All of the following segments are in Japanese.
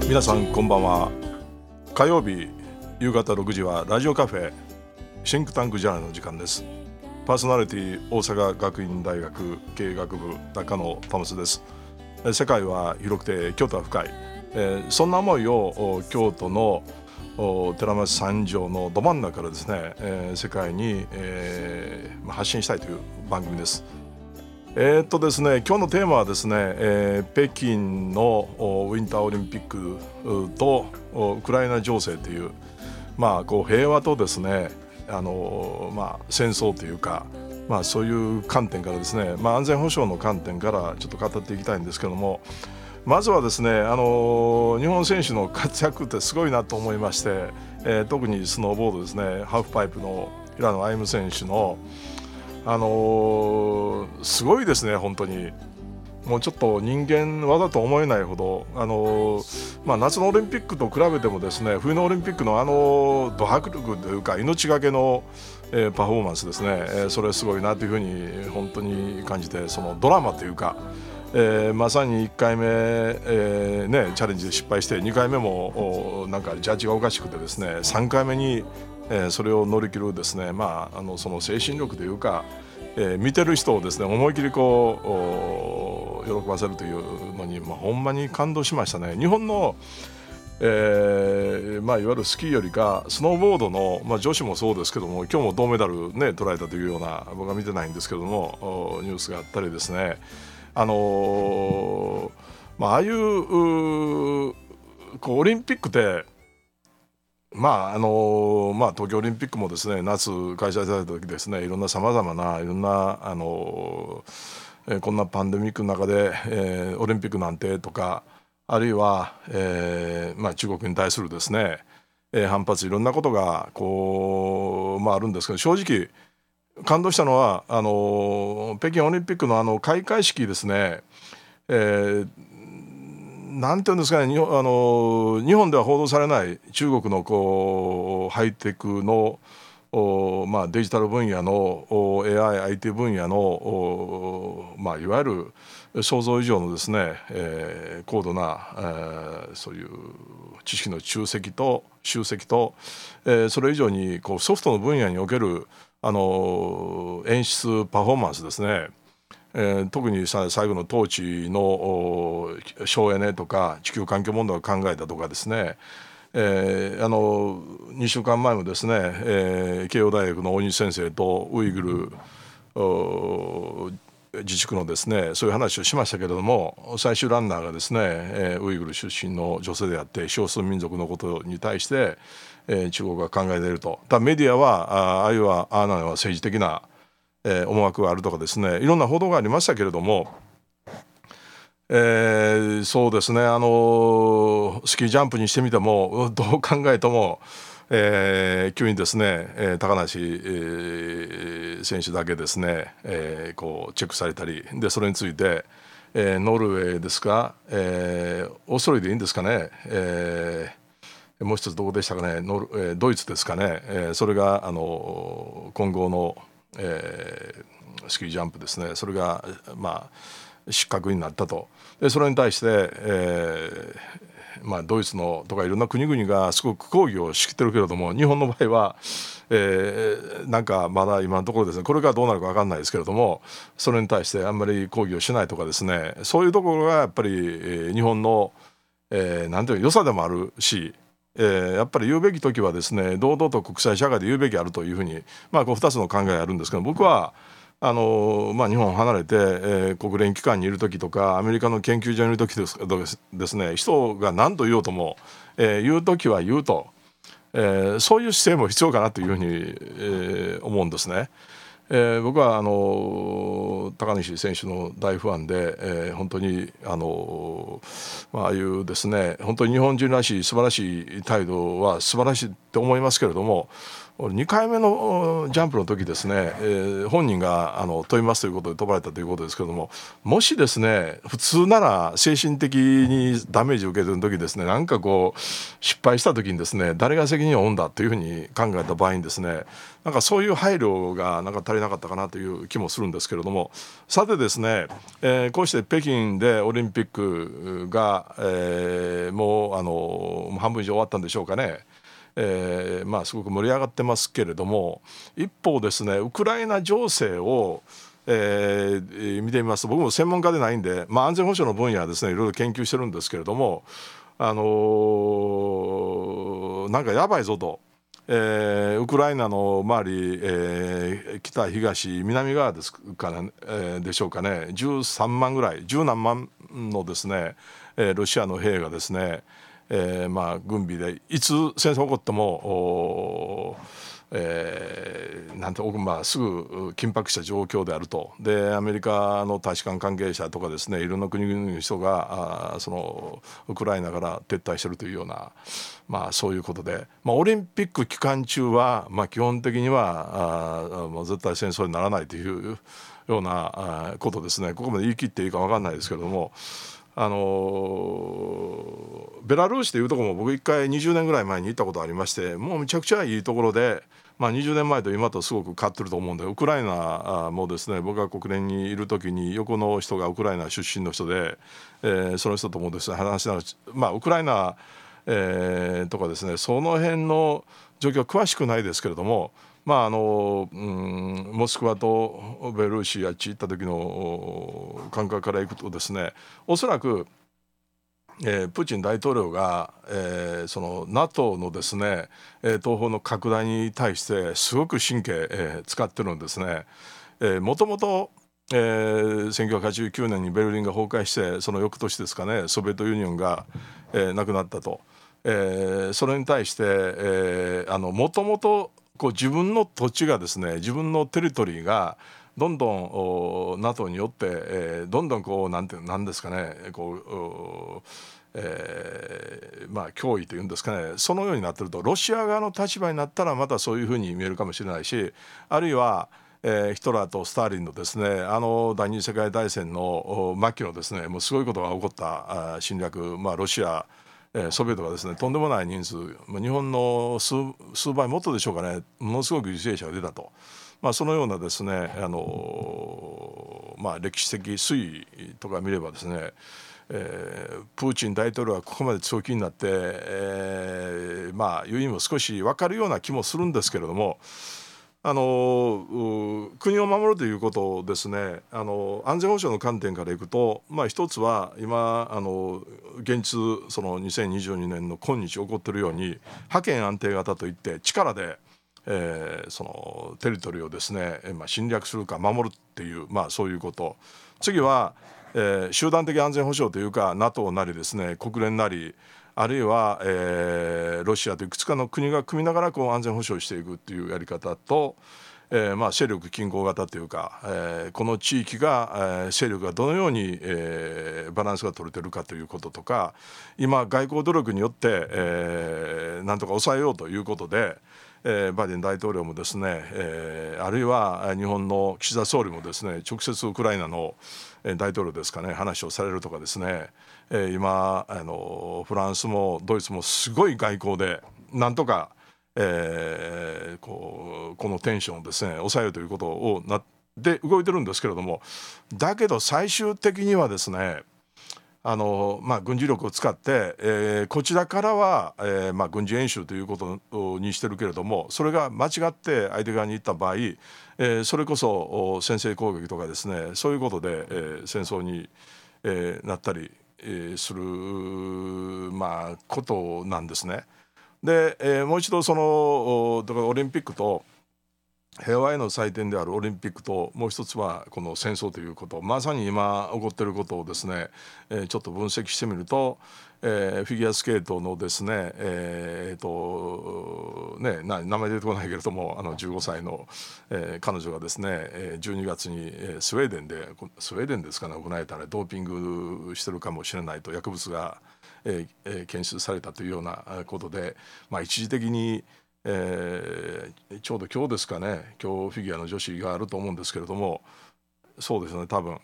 皆さんこんばんは。火曜日夕方6時はラジオカフェシンクタンクジャーナルの時間です。パーソナリティ大阪学院大学経営学部中野タムスです。世界は広くて京都は深い、そんな思いを京都の寺町三条のど真ん中からですね、世界に、発信したいという番組です。ですね、今日のテーマはですね、北京のウィンターオリンピックとウクライナ情勢という、こう平和とですね、戦争というか、そういう観点からですね、安全保障の観点からちょっと語っていきたいんですけども、まずはですね、日本選手の活躍ってすごいなと思いまして、特にスノーボードですね、ハーフパイプの平野歩夢選手のすごいですね。本当にもうちょっと人間技と思えないほど、夏のオリンピックと比べてもですね、冬のオリンピックのド迫力というか命がけの、パフォーマンスですね、それすごいなというふうに本当に感じて、そのドラマというか、まさに1回目、チャレンジで失敗して2回目もなんかジャッジがおかしくてですね、3回目にそれを乗り切るですね、その精神力というか、見てる人をですね思い切りこう喜ばせるというのに、ほんまに感動しましたね。日本の、いわゆるスキーよりかスノーボードの、女子もそうですけども、今日も銅メダルね取られたというような、僕は見てないんですけどもニュースがあったりですね、ああいうこうオリンピックで東京オリンピックもですね、夏開催された時ですね、いろんなさまざまないろんなこんなパンデミックの中で、オリンピックなんてとか、あるいは、中国に対するですね、反発、いろんなことがこう、あるんですけど、正直感動したのは北京オリンピックの開会式ですね。なんていうんですかね、日本では報道されない中国のこうハイテクのデジタル分野のAI、IT 分野のいわゆる想像以上のですね、高度な、そういう知識の集積と、それ以上にこうソフトの分野における演出パフォーマンスですね。特に最後の統治の省エネとか地球環境問題を考えたとかですね、2週間前もですね、慶応大学の大西先生とウイグル自治区のですね、そういう話をしましたけれども、最終ランナーがですね、ウイグル出身の女性であって少数民族のことに対して、中国が考えていると。メディアはああいうのは政治的な思惑があるとかですね、いろんな報道がありましたけれども、そうですね、スキージャンプにしてみてもどう考えても、急にですね、高梨、選手だけですね、こうチェックされたりで、それについて、ノルウェーですか、オーストラリアでいいんですかね、もう一つどこでしたかね、ドイツですかね、それが今後のスキージャンプですね、それが失格になったと。でそれに対して、ドイツのとかいろんな国々がすごく抗議をしてきてるけれども、日本の場合は、なんかまだ今のところですね、これからどうなるか分かんないですけれども、それに対してあんまり抗議をしないとかですね、そういうところがやっぱり、日本の、なんていう良さでもあるし、やっぱり言うべき時はですね、堂々と国際社会で言うべきあるというふうに、こう2つの考えがあるんですけど、僕は日本を離れて、国連機関にいる時とかアメリカの研究所にいる時ですね、人が何と言おうとも、言う時は言うと、そういう姿勢も必要かなというふうに、思うんですね。僕は高梨選手の大ファンで、本当にああいうですね、本当に日本人らしい素晴らしい態度は素晴らしいと思いますけれども、 俺2回目のジャンプの時ですね、本人が飛びますということで飛ばれたということですけども、もしですね普通なら精神的にダメージを受けてる時ですね、なんかこう失敗した時にですね誰が責任を負うんだというふうに考えた場合にですね、なんかそういう配慮がなんか足りなかったかなという気もするんですけれども、さてですね、こうして北京でオリンピックが、もう半分以上終わったんでしょうかね。すごく盛り上がってますけれども、一方ですねウクライナ情勢を、見てみますと、僕も専門家でないんで、安全保障の分野はですねいろいろ研究してるんですけれども、なんかやばいぞと、ウクライナの周り、北東南側ですかね、でしょうかね、13万ぐらい十何万のですね、ロシアの兵がですね、軍備でいつ戦争が起こってもなんてすぐ緊迫した状況であると。でアメリカの大使館関係者とかですね、いろんな国々の人がそのウクライナから撤退しているというような、そういうことで、オリンピック期間中は、基本的にはもう絶対戦争にならないというようなことですね。ここまで言い切っていいか分かんないですけれども、ベラルーシというところも僕一回20年ぐらい前に行ったことありまして、もうめちゃくちゃいいところで、20年前と今とすごく変わってると思うんで、ウクライナもですね、僕が国連にいる時に横の人がウクライナ出身の人で、その人ともですね話しながら、ウクライナ、とかですね、その辺の状況は詳しくないですけれども、モスクワとベラルーシあっち行った時の感覚からいくとですね、おそらくプーチン大統領が、その NATO のですね、東方の拡大に対してすごく神経、使ってるんですね。もともと1989年にベルリンが崩壊して、その翌年ですかね、ソビエトユニオンが、なくなったと。それに対して、もともと自分の土地がですね、自分のテリトリーがどんどんNATO によって、どんどんなんですかね、脅威というんですかね、そのようになってると、ロシア側の立場になったらまたそういうふうに見えるかもしれないし、あるいはヒトラーとスターリンのですね、第二次世界大戦の末期のですね、もうすごいことが起こった侵略、ロシアソビエトがですね、とんでもない人数、日本の数倍もっとでしょうかね、ものすごく犠牲者が出たと。そのようなですね、歴史的推移とか見ればですね、プーチン大統領はここまで強気になって、いう意味も少し分かるような気もするんですけれども、国を守るということですね、安全保障の観点からいくと、一つは今現実その2022年の今日起こっているように覇権安定型といって力で、そのテリトリーをですね、侵略するか守るっていう、そういうこと。次は、集団的安全保障というか NATO なりですね、国連なり、あるいは、ロシアといくつかの国が組みながら安全保障していくっていうやり方と、勢力均衡型というか、この地域が、勢力がどのように、バランスが取れてるかということとか、今外交努力によって、なんとか抑えようということで、バイデン大統領もですね、あるいは日本の岸田総理もですね、直接ウクライナの大統領ですかね、話をされるとかですね、今フランスもドイツもすごい外交でなんとか、このテンションをですね抑えるということをで動いてるんですけれども、だけど最終的にはですね、軍事力を使って、こちらからは、軍事演習ということにしてるけれども、それが間違って相手側に行った場合、それこそ先制攻撃とかですね、そういうことで、戦争に、なったり、する、ことなんですね。で、もう一度だからオリンピックと平和への祭典であるオリンピックと、もう一つはこの戦争ということ、まさに今起こっていることをですね、ちょっと分析してみると、フィギュアスケートのですね、名前出てこないけれども、15歳の、彼女がですね、12月に、スウェーデンですかね、行われたらドーピングしてるかもしれないと、薬物が、検出されたというようなことで、一時的にちょうど今日ですかね、今日フィギュアの女子があると思うんですけれども、そうですね、多分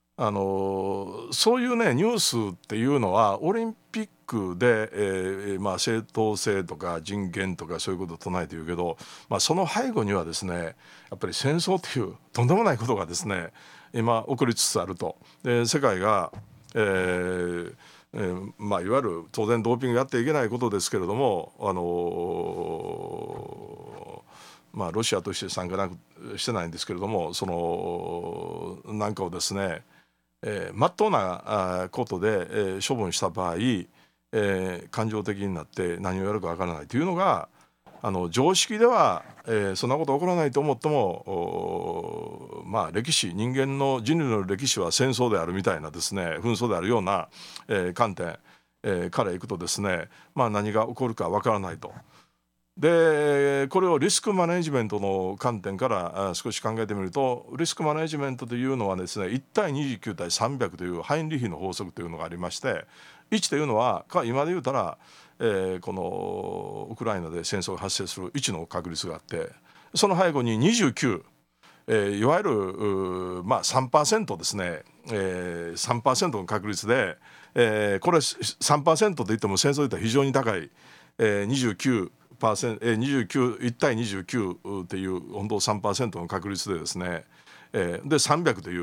そういうねニュースっていうのはオリンピックで、正当性とか人権とかそういうことを唱えているけど、その背後にはですねやっぱり戦争というとんでもないことがですね今起こりつつあると。で世界が、いわゆる当然ドーピングやっていけないことですけれども、ロシアとして参加してないんですけれども、そのなんかをですね真っ当なことで、処分した場合、感情的になって何をやるかわからないというのが常識では、そんなこと起こらないと思っても歴史人類の歴史は戦争であるみたいなですね紛争であるような、観点、からいくとですね、何が起こるかわからないと。でこれをリスクマネジメントの観点から少し考えてみると、リスクマネジメントというのはですね1対29対300というハインリヒの法則というのがありまして、1というのは今で言うたら、このウクライナで戦争が発生する1の確率があって、その背後に29、いわゆる3% ですね、3% の確率で、これ 3% といっても戦争で言ったら非常に高い、29 1対29っていう本当 3% の確率でですね、で300という、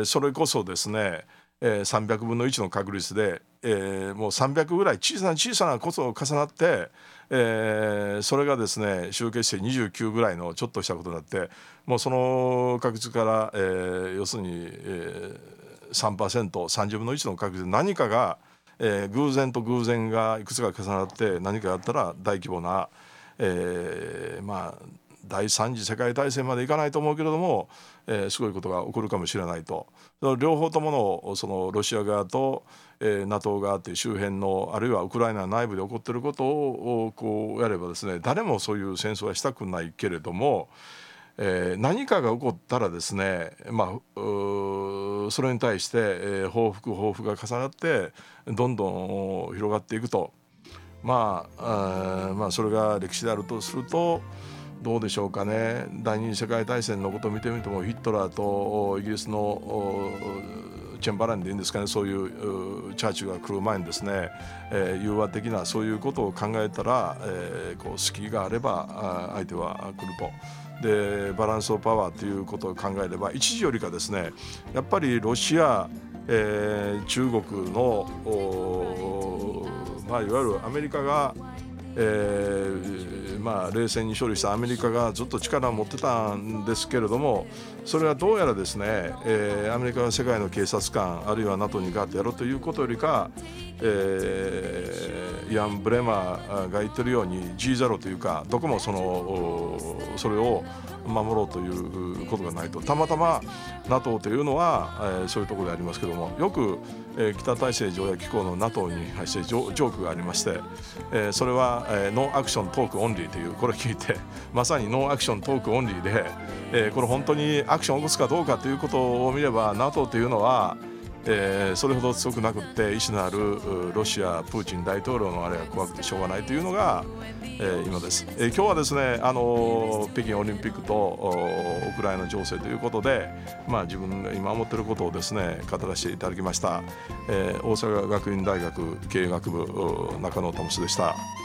それこそですね、300分の1の確率で、もう300ぐらい小さなことを重なって、それがですね集計して29ぐらいのちょっとしたことになって、もうその確率から、要するに、3% 30分の1の確率で何かが偶然と偶然がいくつか重なって何かやったら大規模な、第三次世界大戦までいかないと思うけれども、すごいことが起こるかもしれないと。両方とものそのロシア側と、NATO 側という周辺のあるいはウクライナ内部で起こっていることをこうやればですね、誰もそういう戦争はしたくないけれども、何かが起こったらですね、それに対して、報復が重なってどんどん広がっていくと。それが歴史であるとするとどうでしょうかね。第二次世界大戦のことを見てみても、ヒットラーとイギリスのチェンバレンでいいんですかね、そういうチャーチルが来る前にですね、融和的なそういうことを考えたら、隙があれば相手は来ると。でバランスオブパワーということを考えれば、一時よりかですねやっぱりロシア、中国のいわゆるアメリカが、冷戦に勝利したアメリカがずっと力を持ってたんですけれども、それはどうやらですね、アメリカが世界の警察官あるいは NATO にガーッとやろうということよりか、イアン・ブレマーが言ってるように G0 というかどこもそれを守ろうということがないと。たまたま NATO というのは、そういうところでありますけども、よく、北大西洋条約機構の NATO に対してジョークがありまして、それは、ノーアクショントークオンリーという、これを聞いてまさにノーアクショントークオンリーで、これ本当にアクションを起こすかどうかということを見れば NATO というのはそれほど強くなくって意志のあるロシアプーチン大統領のあれが怖くてしょうがないというのが、今です。今日はですね北京オリンピックとウクライナ情勢ということで、自分が今思っていることをですね語らせていただきました。大阪学院大学経営学部中野保でした。